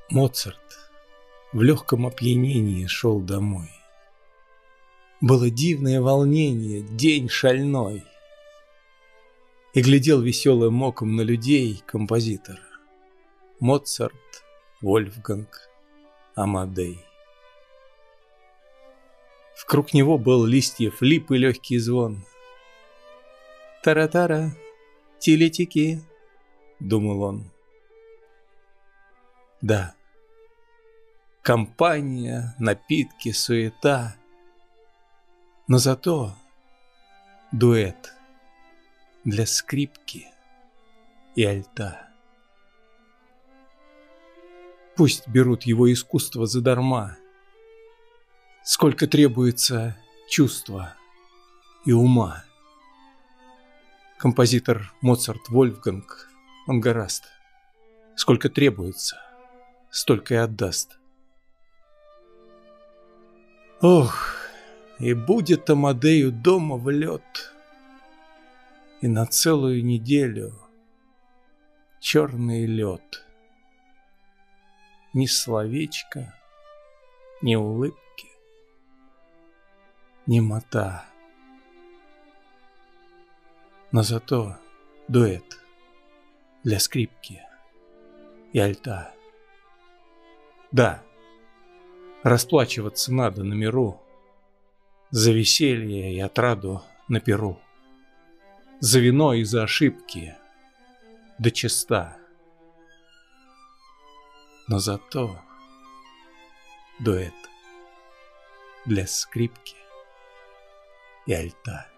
Моцарт в легком опьянении шел домой. Было дивное волнение, день шальной. И глядел веселым оком на людей композитор Моцарт, Вольфганг, Амадей. Вкруг него был листьев лип и легкий звон. «Тара-тара, тили-тики», — думал он. Да, компания, напитки, суета, но зато дуэт для скрипки и альта. Пусть берут его искусство задарма, сколько требуется чувства и ума. Композитор Моцарт Вольфганг, он гораст. Сколько требуется, столько и отдаст. Ох, и будет Амадею дома в лед, и на целую неделю черный лед. Ни словечка, ни улыбки, ни мота. Но зато дуэт для скрипки и альта. Да, расплачиваться надо на миру за веселье и отраду на перу, за вино и за ошибки, да чиста. Но зато дуэт для скрипки и альта.